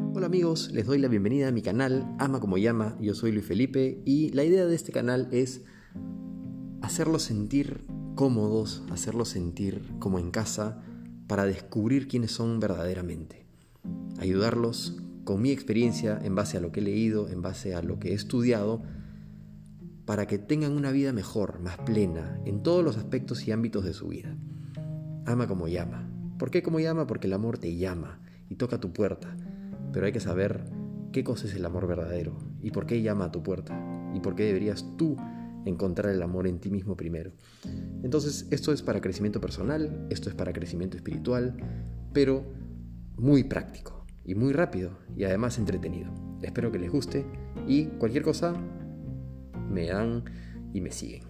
Hola amigos, les doy la bienvenida a mi canal Ama como llama. Yo soy Luis Felipe y la idea de este canal es hacerlos sentir cómodos, hacerlos sentir como en casa para descubrir quiénes son verdaderamente. Ayudarlos con mi experiencia en base a lo que he leído, en base a lo que he estudiado, para que tengan una vida mejor, más plena, en todos los aspectos y ámbitos de su vida. Ama como llama. ¿Por qué como llama? Porque el amor te llama y toca tu puerta. Pero hay que saber qué cosa es el amor verdadero y por qué llama a tu puerta y por qué deberías tú encontrar el amor en ti mismo primero. Entonces, esto es para crecimiento personal, esto es para crecimiento espiritual, pero muy práctico y muy rápido y además entretenido. Espero que les guste y cualquier cosa me dan y me siguen.